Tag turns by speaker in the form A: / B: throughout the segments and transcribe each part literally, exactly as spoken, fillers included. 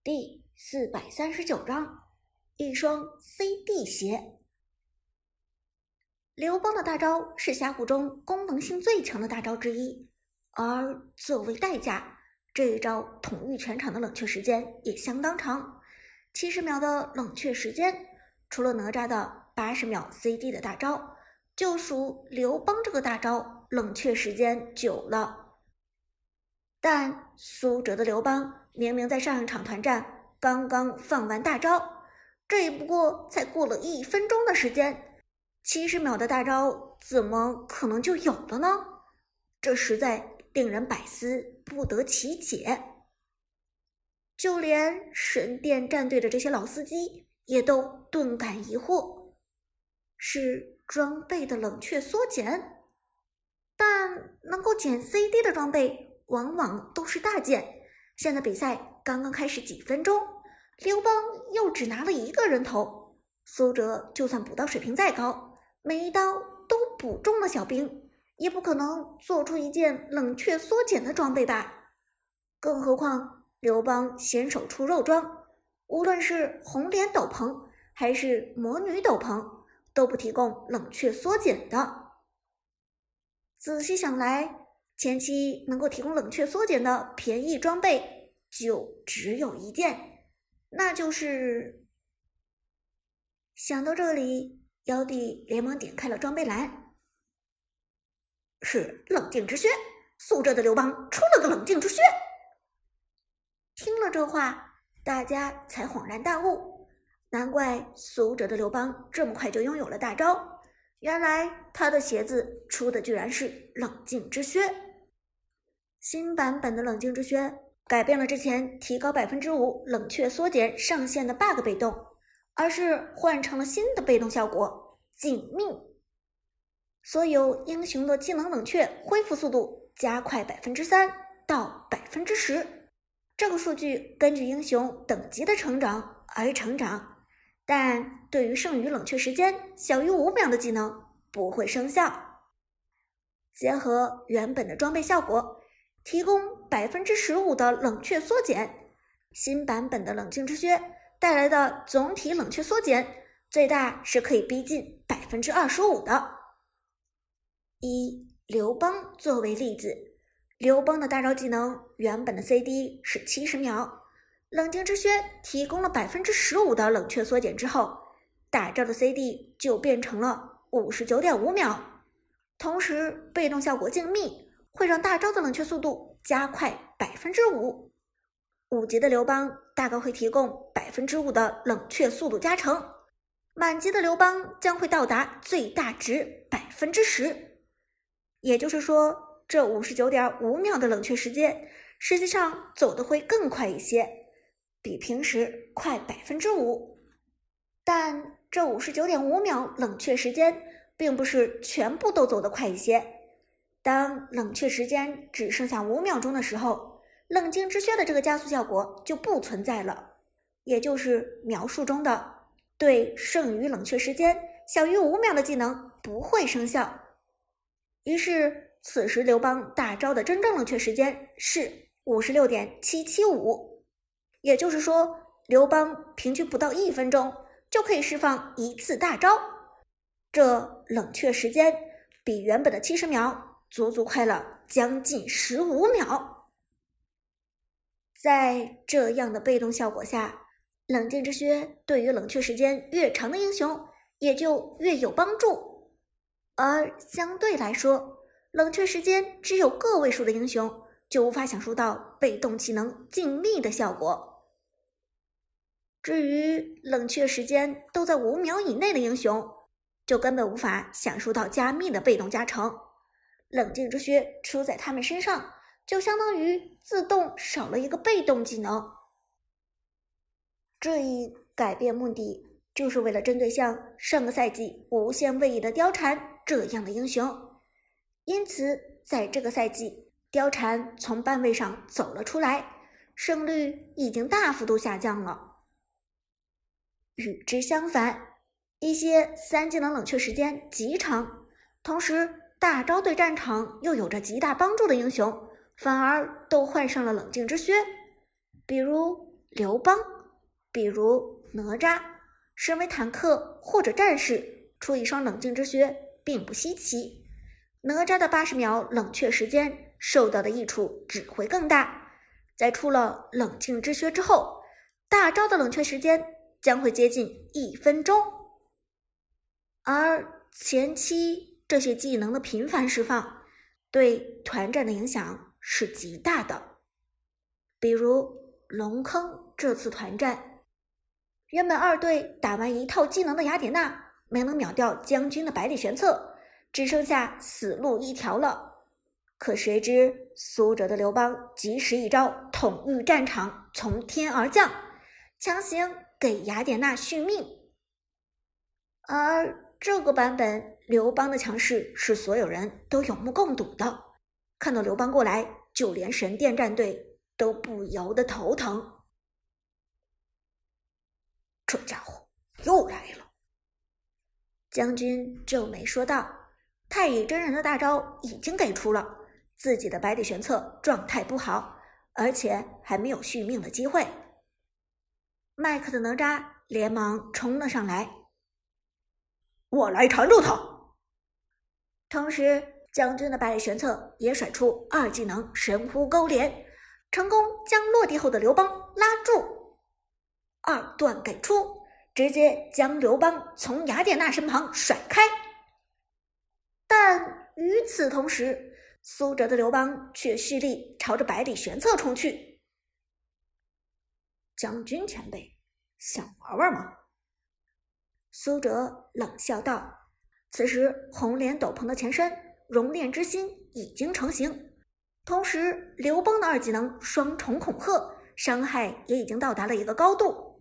A: 第四百三十九章，一双 C D 鞋。刘邦的大招是峡谷中功能性最强的大招之一，而作为代价，这一招统御全场的冷却时间也相当长，七十秒的冷却时间，除了哪吒的八十秒 C D 的大招，就属刘邦这个大招冷却时间久了。但苏哲的刘邦明明在上一场团战刚刚放完大招，这也不过才过了一分钟的时间，七十秒的大招怎么可能就有了呢？这实在令人百思不得其解。就连神殿战队的这些老司机也都顿感疑惑，是装备的冷却缩减？但能够减 C D 的装备往往都是大件，现在比赛刚刚开始几分钟，刘邦又只拿了一个人头，苏哲就算补刀水平再高，每一刀都补中了小兵，也不可能做出一件冷却缩减的装备吧。更何况刘邦先手出肉装，无论是红莲斗篷还是魔女斗篷都不提供冷却缩减的。仔细想来，前期能够提供冷却缩减的便宜装备就只有一件，那就是……想到这里，妖帝连忙点开了装备栏，是冷静之靴，苏哲的刘邦出了个冷静之靴。听了这话，大家才恍然大悟，难怪苏哲的刘邦这么快就拥有了大招，原来他的鞋子出的居然是冷静之靴。新版本的冷静之靴改变了之前提高 百分之五 冷却缩减上限的 bug 被动，而是换成了新的被动效果静谧，所有英雄的技能冷却恢复速度加快 百分之三 到 百分之十， 这个数据根据英雄等级的成长而成长，但对于剩余冷却时间小于五秒的技能不会生效。结合原本的装备效果，提供 百分之十五 的冷却缩减，新版本的冷静之靴带来的总体冷却缩减最大是可以逼近 百分之二十五 的。以刘邦作为例子，刘邦的大招技能原本的 C D 是七十秒，冷静之靴提供了 百分之十五 的冷却缩减之后，大招的 C D 就变成了 五十九点五秒，同时被动效果静谧会让大招的冷却速度加快 百分之五， 五级的刘邦大概会提供 百分之五 的冷却速度加成，满级的刘邦将会到达最大值 百分之十， 也就是说这 五十九点五秒的冷却时间实际上走得会更快一些，比平时快 百分之五。 但这 五十九点五秒冷却时间并不是全部都走得快一些，当冷却时间只剩下五秒钟的时候，冷静之靴的这个加速效果就不存在了，也就是描述中的对剩余冷却时间小于五秒的技能不会生效。于是此时刘邦大招的真正冷却时间是 五十六点七七五， 也就是说刘邦平均不到一分钟就可以释放一次大招，这冷却时间比原本的七十秒足足快了将近十五秒。在这样的被动效果下，冷静之靴对于冷却时间越长的英雄也就越有帮助，而相对来说，冷却时间只有个位数的英雄就无法享受到被动技能静谧的效果。至于冷却时间都在五秒以内的英雄，就根本无法享受到加密的被动加成，冷静之靴出在他们身上就相当于自动少了一个被动技能。这一改变目的就是为了针对像上个赛季无限位移的貂蝉这样的英雄，因此在这个赛季貂蝉从半位上走了出来，胜率已经大幅度下降了。与之相反，一些三技能冷却时间极长，同时大招对战场又有着极大帮助的英雄，反而都换上了冷静之靴，比如刘邦，比如哪吒，身为坦克或者战士，出一双冷静之靴并不稀奇。哪吒的八十秒冷却时间受到的益处只会更大，在出了冷静之靴之后，大招的冷却时间将会接近一分钟。而前期这些技能的频繁释放，对团战的影响是极大的。比如龙坑这次团战，原本二队打完一套技能的雅典娜没能秒掉将军的百里玄策，只剩下死路一条了。可谁知苏哲的刘邦及时一招统御战场从天而降，强行给雅典娜续命。而这个版本刘邦的强势是所有人都有目共睹的，看到刘邦过来，就连神殿战队都不由得头疼。这家伙又来了，将军皱眉说道。太乙真人的大招已经给出了，自己的百里玄策状态不好，而且还没有续命的机会。麦克的哪吒连忙冲了上来，
B: 我来缠住他。
A: 同时将军的百里玄策也甩出二技能神乎勾连，成功将落地后的刘邦拉住。二段给出，直接将刘邦从雅典娜身旁甩开。但与此同时，苏哲的刘邦却蓄力朝着百里玄策冲去。
B: 将军前辈，想玩玩吗？
A: 苏哲冷笑道。此时红莲斗篷的前身熔炼之心已经成型，同时刘邦的二技能双重恐吓伤害也已经到达了一个高度。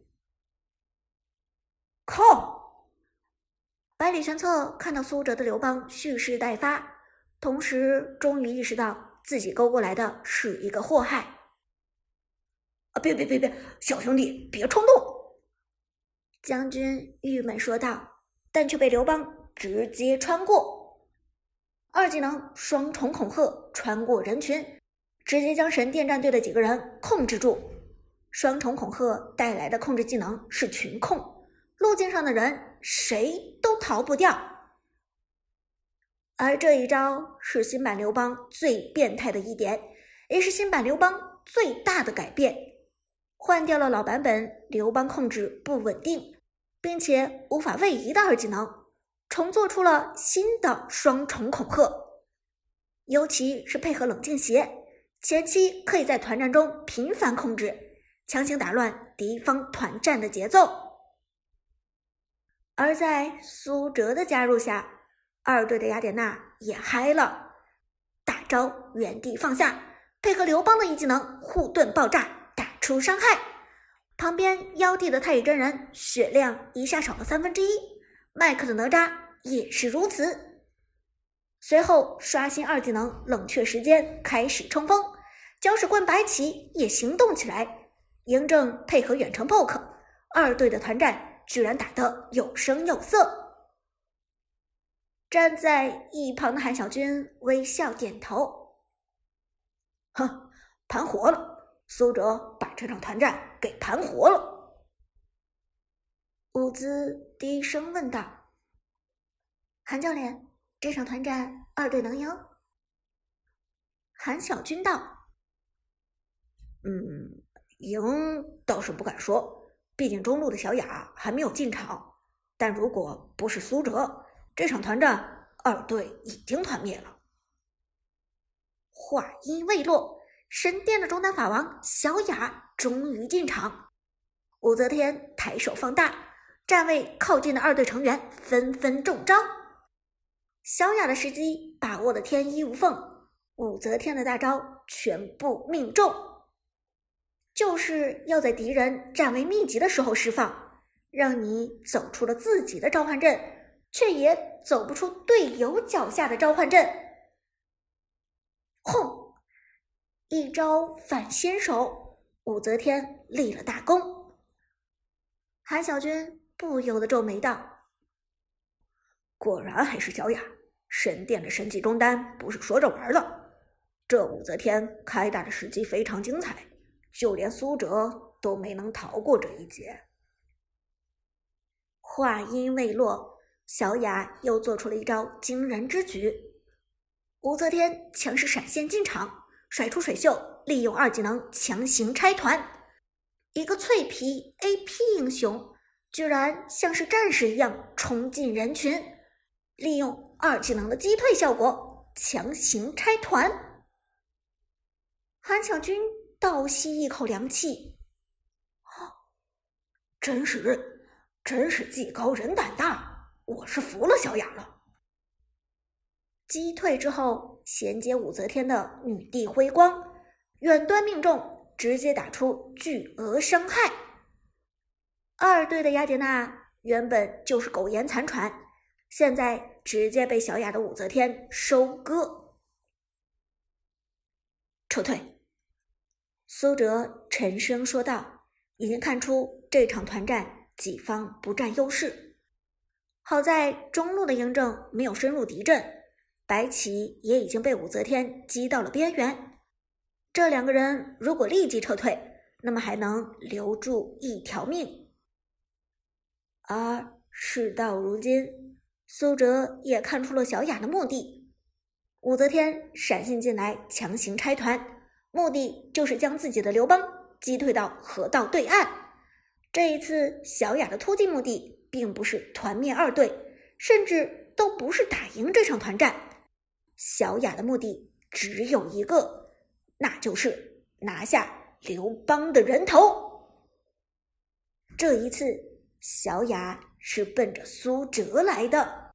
B: 靠！
A: 百里玄策看到苏哲的刘邦蓄势待发，同时终于意识到自己勾过来的是一个祸害。
B: 啊！别别别别，小兄弟别冲动！
A: 将军郁闷说道，但却被刘邦直接穿过。二技能双重恐吓穿过人群，直接将神殿战队的几个人控制住。双重恐吓带来的控制技能是群控，路径上的人谁都逃不掉。而这一招是新版刘邦最变态的一点，也是新版刘邦最大的改变，换掉了老版本刘邦控制不稳定并且无法位移的二技能，重做出了新的双重恐吓。尤其是配合冷静鞋，前期可以在团战中频繁控制，强行打乱敌方团战的节奏。而在苏哲的加入下，二队的雅典娜也嗨了，大招原地放下，配合刘邦的一技能护盾爆炸，打出伤害。旁边妖帝的太乙真人血量一下少了三分之一，麦克的哪吒也是如此。随后刷新二技能冷却时间开始冲锋，搅屎棍白起也行动起来，嬴政配合远程 poke， 二队的团战居然打得有声有色。站在一旁的韩小军微笑点头，
B: 哼，盘活了，苏哲把这场团战给盘活了。
A: 伍兹低声问道，韩教练，这场团战二队能赢？韩小军道，
B: 嗯，赢倒是不敢说，毕竟中路的小雅还没有进场，但如果不是苏哲，这场团战二队已经团灭了。
A: 话音未落，神殿的中单法王小雅终于进场。武则天抬手放大，站位靠近的二队成员纷纷中招。小雅的时机把握的天衣无缝，武则天的大招全部命中，就是要在敌人站位密集的时候释放，让你走出了自己的召唤阵，却也走不出队友脚下的召唤阵。轰！一招反先手，武则天立了大功。韩小军不由得皱眉道，
B: 果然还是小雅，神殿的神级中单不是说着玩的。这武则天开大的时机非常精彩，就连苏哲都没能逃过这一劫。
A: 话音未落，小雅又做出了一招惊人之举。武则天强势闪现进场，甩出水袖，利用二技能强行拆团。一个脆皮 A P 英雄居然像是战士一样冲进人群，利用二技能的击退效果强行拆团。韩小军倒吸一口凉气，
B: 真是真是技高人胆大，我是服了小雅了。
A: 击退之后，衔接武则天的女帝辉光，远端命中，直接打出巨额伤害。二队的雅典娜原本就是苟延残喘，现在直接被小雅的武则天收割。
B: 撤退，
A: 苏哲沉声说道，已经看出这场团战己方不占优势。好在中路的嬴政没有深入敌阵，白起也已经被武则天击到了边缘，这两个人如果立即撤退，那么还能留住一条命。而事到如今，苏哲也看出了小雅的目的。武则天闪现进来强行拆团，目的就是将自己的刘邦击退到河道对岸。这一次小雅的突击目的并不是团灭二队，甚至都不是打赢这场团战。小雅的目的只有一个，那就是拿下刘邦的人头。这一次，小雅是奔着苏哲来的。